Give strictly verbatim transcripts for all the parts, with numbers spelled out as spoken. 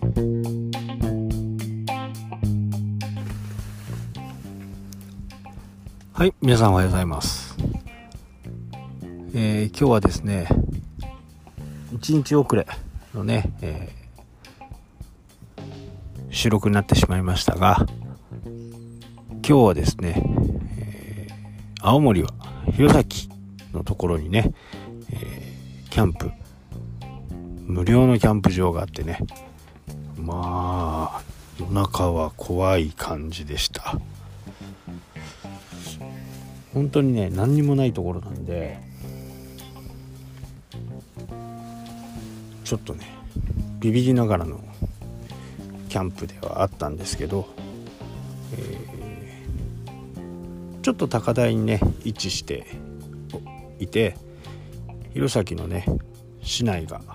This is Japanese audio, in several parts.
はい、皆さんおはようございます。えー、今日はですね、いちにち遅れのね、えー、収録になってしまいましたが、今日はですね、えー、青森は弘前のところにね、えー、キャンプ無料のキャンプ場があってね、まあ夜中は怖い感じでした。本当にね、何にもないところなんで、ちょっとねビビりながらのキャンプではあったんですけど、えー、ちょっと高台にね位置していて、弘前のね市内が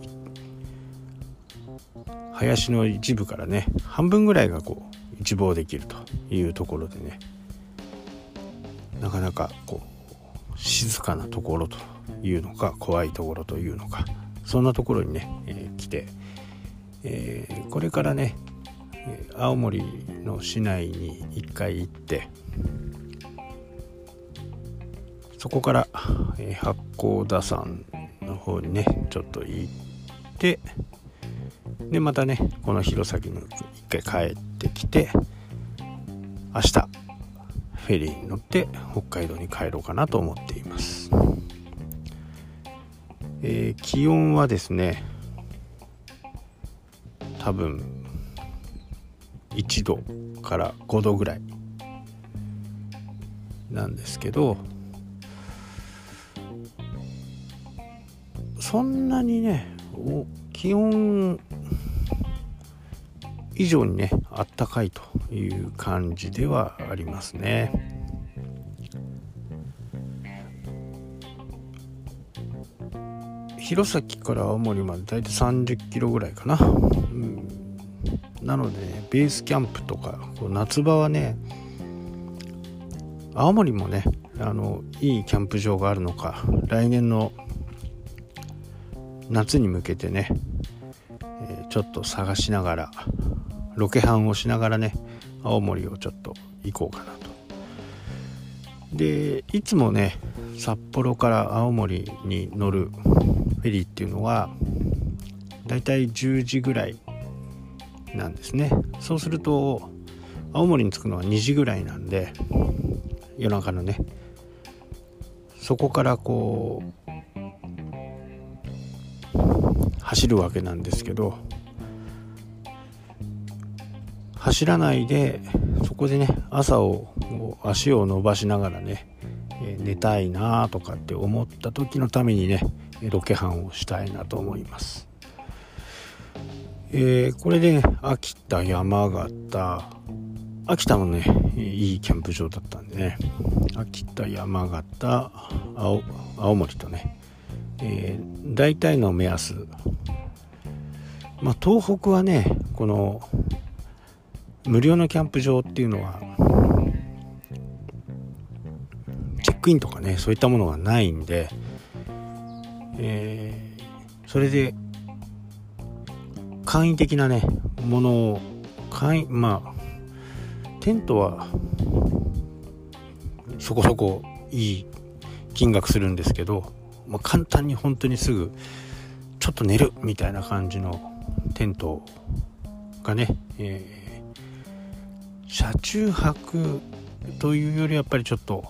林の一部からね半分ぐらいがこう一望できるというところでね、なかなかこう静かなところというのか怖いところというのか、そんなところにね、えー、来て、えー、これからね青森の市内に一回行って、そこから、えー、八甲田山の方にねちょっと行って、でまたねこの弘前の一回帰ってきて、明日フェリーに乗って北海道に帰ろうかなと思っています。えー、気温はですね多分いちどからごどぐらいなんですけど、そんなにね気温以上にねあったかいという感じではありますね。弘前から青森までだいたいさんじゅっキロぐらいかな、うん、なのでねベースキャンプとかこう夏場はね、青森もねあのいいキャンプ場があるのか、来年の夏に向けてね、えー、ちょっと探しながらロケハンをしながらね青森をちょっと行こうかなと。でいつもね札幌から青森に乗るフェリーっていうのはだいたいじゅうじぐらいなんですね。そうすると青森に着くのはにじぐらいなんで、夜中のねそこからこう走るわけなんですけど、走らないでそこでね朝を足を伸ばしながらね、えー、寝たいなとかって思った時のためにねロケハンをしたいなと思います。えー、これで、ね、秋田、山形、秋田もねいいキャンプ場だったんでね、秋田、山形、青、青森とね、えー、大体の目安、まあ東北はねこの無料のキャンプ場っていうのはチェックインとかねそういったものがないんで、えー、それで簡易的なねものを簡易まあテントはそこそこいい金額するんですけど、まあ、簡単に本当にすぐちょっと寝るみたいな感じのテントがね、えー車中泊というよりやっぱりちょっと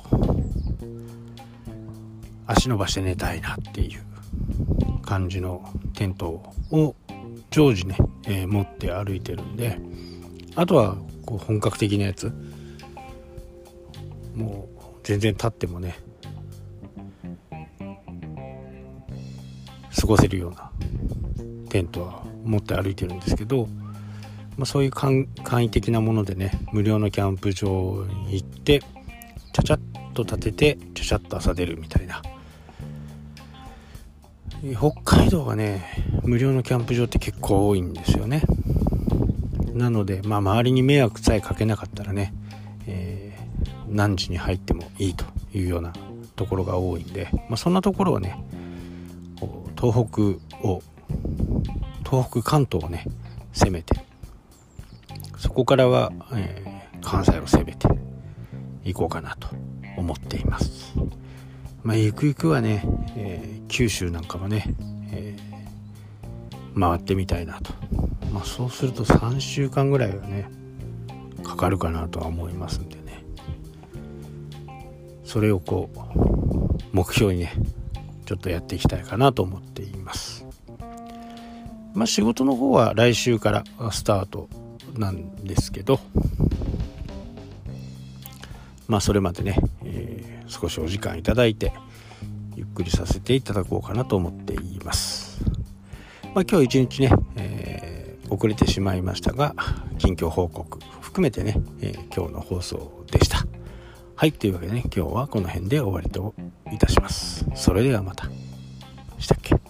足伸ばして寝たいなっていう感じのテントを常時ね、えー、持って歩いてるんで、あとはこう本格的なやつもう全然立ってもね過ごせるようなテントは持って歩いてるんですけど、まあ、そういう簡易的なものでね無料のキャンプ場に行ってちゃちゃっと立ててちゃちゃっと朝出るみたいな。北海道はね無料のキャンプ場って結構多いんですよね。なので、まあ、周りに迷惑さえかけなかったらね、えー、何時に入ってもいいというようなところが多いんで、まあ、そんなところをね東北を東北関東をね攻めて、そこからは、えー、関西を攻めていこうかなと思っています。まあゆくゆくはね、えー、九州なんかもね、えー、回ってみたいなと。まあそうするとさんしゅうかんぐらいはねかかるかなとは思いますんでね、それをこう目標にねちょっとやっていきたいかなと思っています。まあ仕事の方は来週からスタートなんですけど、まあそれまでね、えー、少しお時間いただいてゆっくりさせていただこうかなと思っています。まあ今日一日ね、えー、遅れてしまいましたが近況報告含めてね、えー、今日の放送でした。はい、というわけでね今日はこの辺で終わりといたします。それではまた。したっけ。